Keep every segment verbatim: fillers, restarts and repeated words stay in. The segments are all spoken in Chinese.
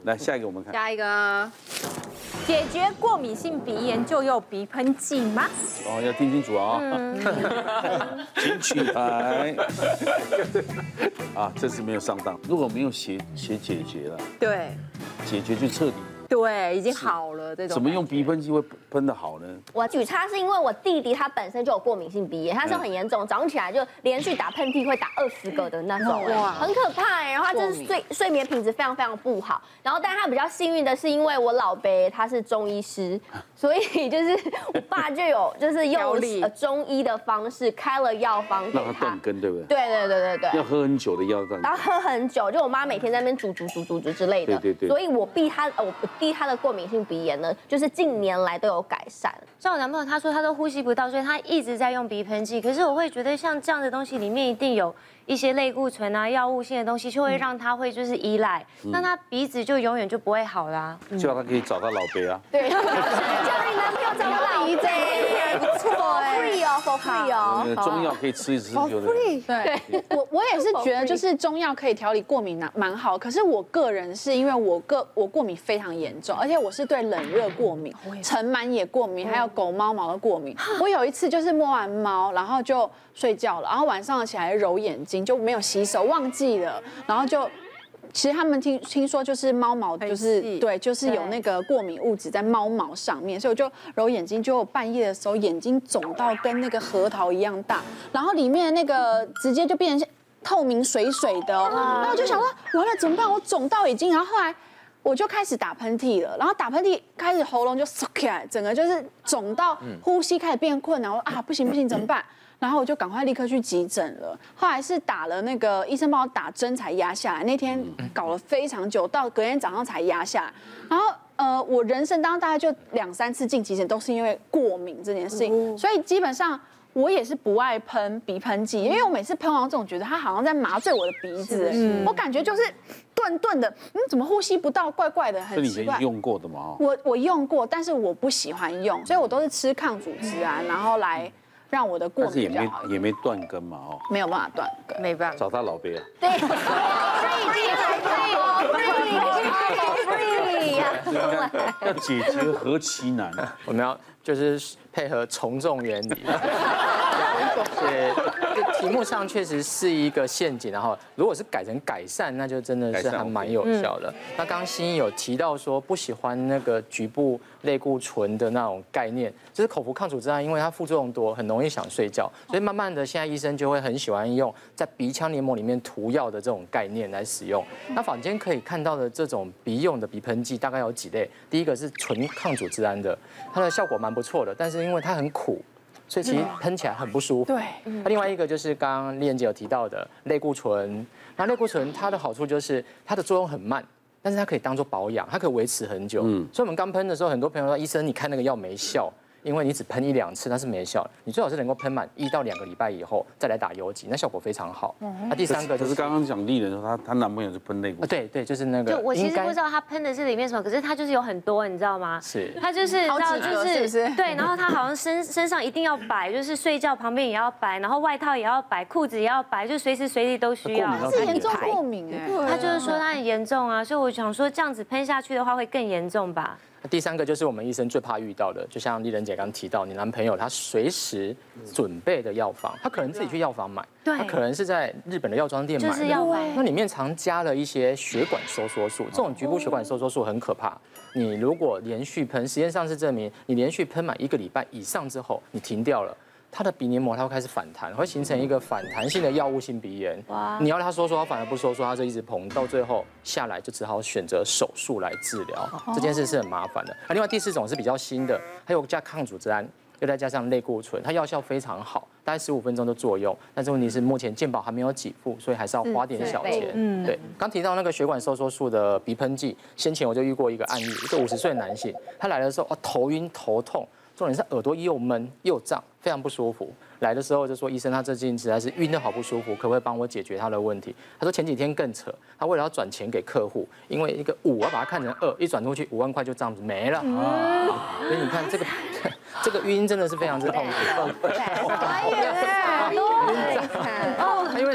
来下一个我们看。 下一个，解决过敏性鼻炎就用鼻喷剂吗？ 哦，要听清楚啊！请取牌。啊，这次没有上当。如果没有写写解决了， 对， 解决就彻底。 对，已经好了这种。 怎么用鼻喷剂会喷得好呢？ 我举差是因为我弟弟他本身就有过敏性鼻炎，他是很严重，早上起来就连续打喷嚏会打二十个的那种，哇，很可怕哎。然后他就是睡睡眠品质非常非常不好。然后，但他比较幸运的是，因为我老伯他是中医师，所以就是我爸就有就是用呃中医的方式开了药方给让他断根，对不对？ 对对对对对。 要喝很久的药断根。 然后喝很久，就我妈每天在那边煮煮煮煮煮之类的。 对对对。 所以我避他我。 弟他的过敏性鼻炎呢，就是近年来都有改善。 像我男朋友，他说他都呼吸不到，所以他一直在用鼻喷剂。可是我会觉得，像这样的东西里面一定有一些类固醇啊、药物性的东西，就会让他会就是依赖，嗯、那他鼻子就永远就不会好啦。 叫他可以找他老伯啊。 对，叫你男朋友找我老伯，还不错哎 ，free 哦 ，for free 哦。 中药可以吃一吃就对。对，我我也是觉得，就是中药可以调理过敏蛮蛮好。可是我个人是因为我个我过敏非常严重，而且我是对冷热过敏，尘螨也过敏，还有狗猫毛的过敏。我有一次就是摸完猫，然后就睡觉了，然后晚上起来揉眼睛就没有洗手，忘记了，然后就。 其实他们听听说就是猫毛，就是对，就是有那个过敏物质在猫毛上面，所以我就揉眼睛，就半夜的时候眼睛肿到跟那个核桃一样大，然后里面的那个直接就变成透明水水的哦，然后我就想说完了怎么办？我肿到已经，然后后来我就开始打喷嚏了，然后打喷嚏开始喉咙就缩起来，整个就是肿到呼吸开始变困难，我说啊不行不行怎么办？ 然后我就赶快立刻去急诊了，后来是打了那个医生帮我打针才压下来，那天搞了非常久，到隔天早上才压下来。然后呃，我人生当中大概就两三次进急诊，都是因为过敏这件事情，所以基本上我也是不爱喷鼻喷剂，因为我每次喷完总觉得它好像在麻醉我的鼻子，我感觉就是顿顿的，嗯，怎么呼吸不到，怪怪的，很奇怪。 是你用过的吗？ 我我用过，但是我不喜欢用，所以我都是吃抗组织胺，然后来。 让我的过敏也没也没断根嘛，哦， 没有办法断根， 没办法。 找他老伯啊。 对，free，free，free，free， 要解决何其难？ 我们要就是配合从众原理。对，题目上确实是一个陷阱，然后如果是改成改善，那就真的是还蛮有效的。那刚刚欣怡有提到说不喜欢那个局部类固醇的那种概念，就是口服抗组织胺，因为它副作用多，很容易想睡觉，所以慢慢的现在医生就会很喜欢用在鼻腔黏膜里面涂药的这种概念来使用。那坊间可以看到的这种鼻用的鼻喷剂大概有几类，第一个是纯抗组织胺的，它的效果蛮不错的，但是因为它很苦。 所以其实喷起来很不舒服。对，那另外一个就是刚刚丽妍姐有提到的类固醇，那类固醇它的好处就是它的作用很慢，但是它可以当做保养，它可以维持很久。嗯，所以我们刚喷的时候，很多朋友说医生你开那个药没效。 因为你只喷一两次，它是没效的。你最好是能够喷满一到两个礼拜以后再来打游击，那效果非常好。那第三个就是刚刚讲丽人说她她男朋友是喷类固醇， 对对，就是那个。 就我其实不知道他喷的是里面什么，可是他就是有很多，你知道吗？ 是。 他就是知道就是是对，然后他好像身身上一定要摆，就是睡觉旁边也要摆，然后外套也要摆，裤子也要摆，就随时随地都需要。 是严重过敏哎。 他就是说他很严重啊，所以我想说这样子喷下去的话会更严重吧。 第三个就是我们医生最怕遇到的，就像丽人姐刚提到，你男朋友他随时准备的药房，他可能自己去药房买，他可能是在日本的药妆店买的，那里面常加了一些血管收缩素，这种局部血管收缩素很可怕。你如果连续喷，实验上是证明，你连续喷满一个礼拜以上之后，你停掉了。 它的鼻黏膜它会开始反弹，会形成一个反弹性的药物性鼻炎。哇！你要它收缩，它反而不收缩，它就一直膨，到最后下来就只好选择手术来治疗。这件事是很麻烦的。那另外第四种是比较新的，还有加抗组织胺，又再加上类固醇，它药效非常好，大概十五分钟的作用。但是问题是目前健保还没有给付，所以还是要花点小钱。嗯，对。刚提到那个血管收缩素的鼻喷剂，先前我就遇过一个案例，一个五十岁的男性，他来的时候哦头晕头痛。 重点是耳朵又闷又胀，非常不舒服。来的时候就说医生，他最近实在是晕得好不舒服，可不可以帮我解决他的问题？他说前几天更扯，他为了要转钱给客户，因为一个五要把它看成二，一转出去五万块就这样子没了。所以你看这个这个晕真的是非常之痛苦。 哎呀， 哦，因为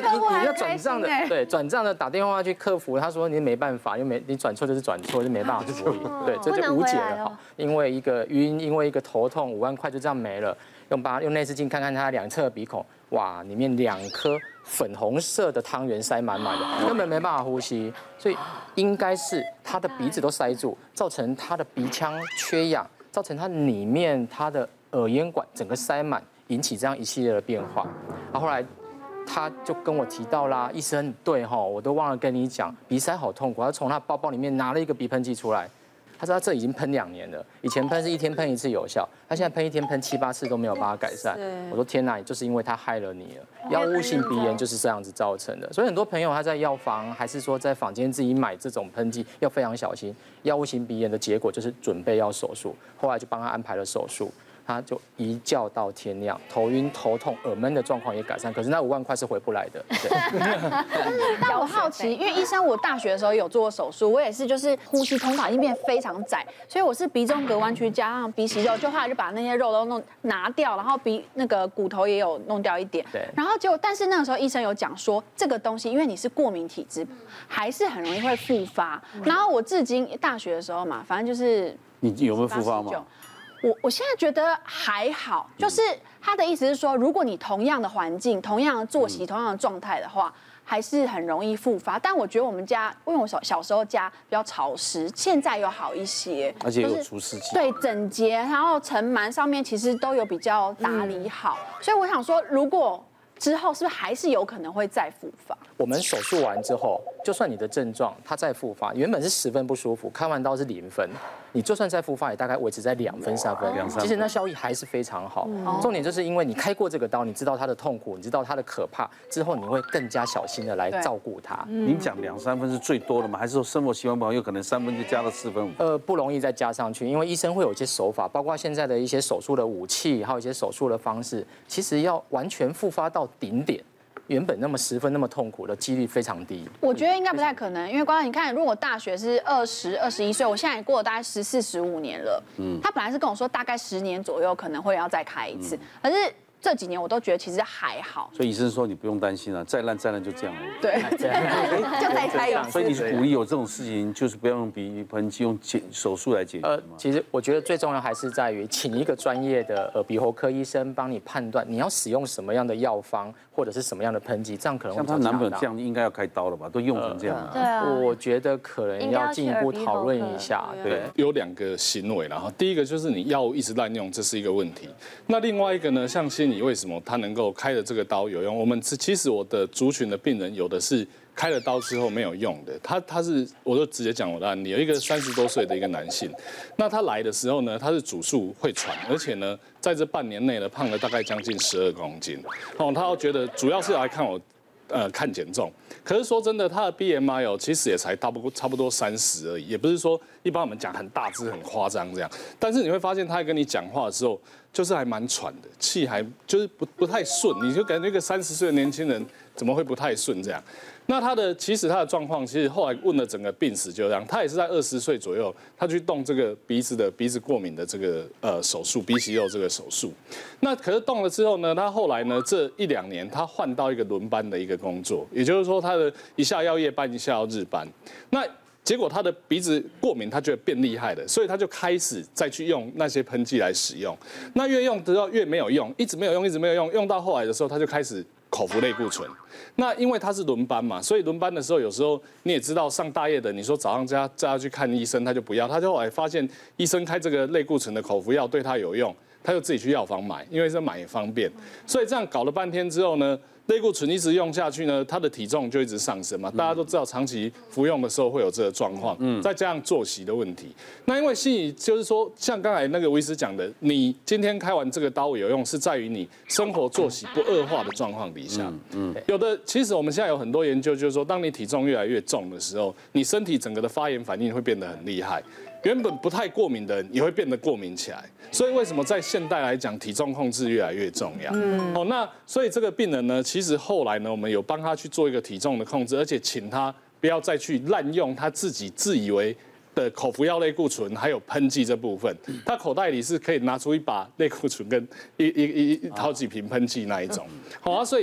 你你要转账的，对，转账的打电话去客服，他说你没办法，因为没你转错就是转错，就没办法处理，对，这就无解了。因为一个晕，因为一个头痛，五万块就这样没了。用把用内视镜看看他两侧的鼻孔，哇，里面两颗粉红色的汤圆塞满满的，根本没办法呼吸，所以应该是他的鼻子都塞住，造成他的鼻腔缺氧，造成他里面他的耳咽管整个塞满，引起这样一系列的变化。然后后来他就跟我提到啦，医生对哈，我都忘了跟你讲，鼻塞好痛苦，他从他包包里面拿了一个鼻喷剂出来。他说他这已经喷两年了，以前喷是一天喷一次有效，他现在喷一天喷七八次都没有办法改善。我说天哪，就是因为他害了你了，药物性鼻炎就是这样子造成的。所以很多朋友他在药房还是说在坊间自己买这种喷剂要非常小心，药物性鼻炎的结果就是准备要手术，后来就帮他安排了手术。他就一觉到天亮，头晕、头痛、耳闷的状况也改善，可是那五万块是回不来的。对。 但我好奇，因为医生，我大学的时候有做过手术，我也是就是呼吸通道已经变非常窄，所以我是鼻中隔弯曲加上鼻息肉，就后来就把那些肉都弄拿掉，然后鼻那个骨头也有弄掉一点。 对。 然后就但是那个时候医生有讲说，这个东西因为你是过敏体质，还是很容易会复发。然后我至今大学的时候嘛，反正就是你有没有复发吗？ 我我现在觉得还好，就是他的意思是说，如果你同样的环境、同样的作息、同样的状态的话，还是很容易复发。但我觉得我们家，因为我小小时候家比较潮湿，现在有好一些， 而且有除湿机， 对，整洁，然后尘螨上面其实都有比较打理好。所以我想说，如果之后是不是还是有可能会再复发？ 我们手术完之后，就算你的症状它再复发，原本是十分不舒服，开完刀是零分，你就算再复发也大概维持在两分三分，其实那效益还是非常好。重点就是因为你开过这个刀，你知道它的痛苦，你知道它的可怕，之后你会更加小心的来照顾它。 您讲两三分是最多的吗？还是说生活习惯不好，有可能三分就加到四分五？ 呃，不容易再加上去，因为医生会有一些手法，包括现在的一些手术的武器，还有一些手术的方式，其实要完全复发到顶点。原本那么十分那么痛苦的几率非常低， 我觉得应该不太可能，因为光是你看，如果大学是二十二十一岁，我现在也过了大概十四十五年了，嗯，他本来是跟我说大概十年左右可能会要再开一次，可是这几年我都觉得其实还好。 所以医生说你不用担心啊，再烂再烂就这样了。 对，就再开一次。 所以你是鼓励有这种事情，就是不要用鼻喷剂，用解手术来解决吗？呃， 其实我觉得最重要还是在于请一个专业的耳鼻喉科医生帮你判断你要使用什么样的药方或者是什么样的喷剂，这样可能会像她男朋友这样应该要开刀了吧？都用成这样了。 对啊， 我觉得可能要进一步讨论一下。 对，有两个行为，然后第一个就是你药物一直滥用，这是一个问题。那另外一个呢，像心理为什么他能够开的这个刀有用？我们其实我的族群的病人有的是开了刀之后没有用的，他他是我就直接讲我的案例，有一个三十多岁的一个男性，那他来的时候呢，他是主诉会喘，而且呢，在这半年内呢，胖了大概将近十二公斤。哦，他觉得主要是来看我。呃，看减重，可是说真的，他的 B M I 哦，其实也才差不多差不多三十而已，也不是说一般我们讲很大只、很夸张这样。但是你会发现，他跟你讲话的时候，就是还蛮喘的，气还就是不不太顺，你就感觉一个三十岁的年轻人怎么会不太顺这样？那他的其实他的状况，其实后来问了整个病史就这样，他也是在二十岁左右，他去动这个鼻子的鼻子过敏的这个呃手术，鼻息肉这个手术。那可是动了之后呢，他后来呢这一两年他换到一个轮班的一个工作，也就是说他的一下要夜班，一下要日班。那结果他的鼻子过敏，他觉得变厉害了，所以他就开始再去用那些喷剂来使用。那越用之后越没有用，一直没有用，一直没有用，用到后来的时候，他就开始口服类固醇。那因为他是轮班嘛，所以轮班的时候，有时候你也知道，上大夜的，你说早上叫他叫他去看医生，他就不要，他就后来发现医生开这个类固醇的口服药对他有用，他就自己去药房买，因为这买也方便。所以这样搞了半天之后呢，类固醇一直用下去呢，他的体重就一直上升嘛。大家都知道，长期服用的时候会有这个状况，嗯，再加上作息的问题。那因为心理就是说，像刚才那个医师讲的，你今天开完这个刀有用，是在于你生活作息不恶化的状况底下。嗯，有的其实我们现在有很多研究，就是说，当你体重越来越重的时候，你身体整个的发炎反应会变得很厉害。原本不太过敏的人也会变得过敏起来，所以为什么在现代来讲，体重控制越来越重要？嗯，哦，那所以这个病人呢，其实后来呢，我们有帮他去做一个体重的控制，而且请他不要再去滥用他自己自以为的口服药类固醇还有喷剂这部分，他口袋里是可以拿出一把类固醇跟一一一好几瓶喷剂那一种。好啊，所以。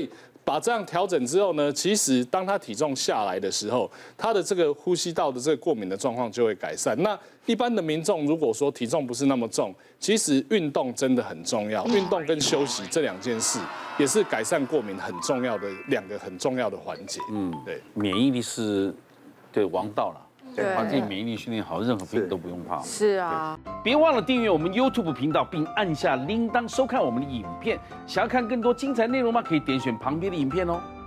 把这样调整之后呢，其实当他体重下来的时候，他的这个呼吸道的这个过敏的状况就会改善。那一般的民众如果说体重不是那么重，其实运动真的很重要，运动跟休息这两件事也是改善过敏很重要的两个很重要的环节。嗯，对， 免疫力是对王道了。 对， 把自己免疫力训练好，任何病都不用怕。 是啊， 别忘了订阅我们 YouTube 频道，并按下铃铛收看我们的影片。想要看更多精彩内容吗？可以点选旁边的影片哦。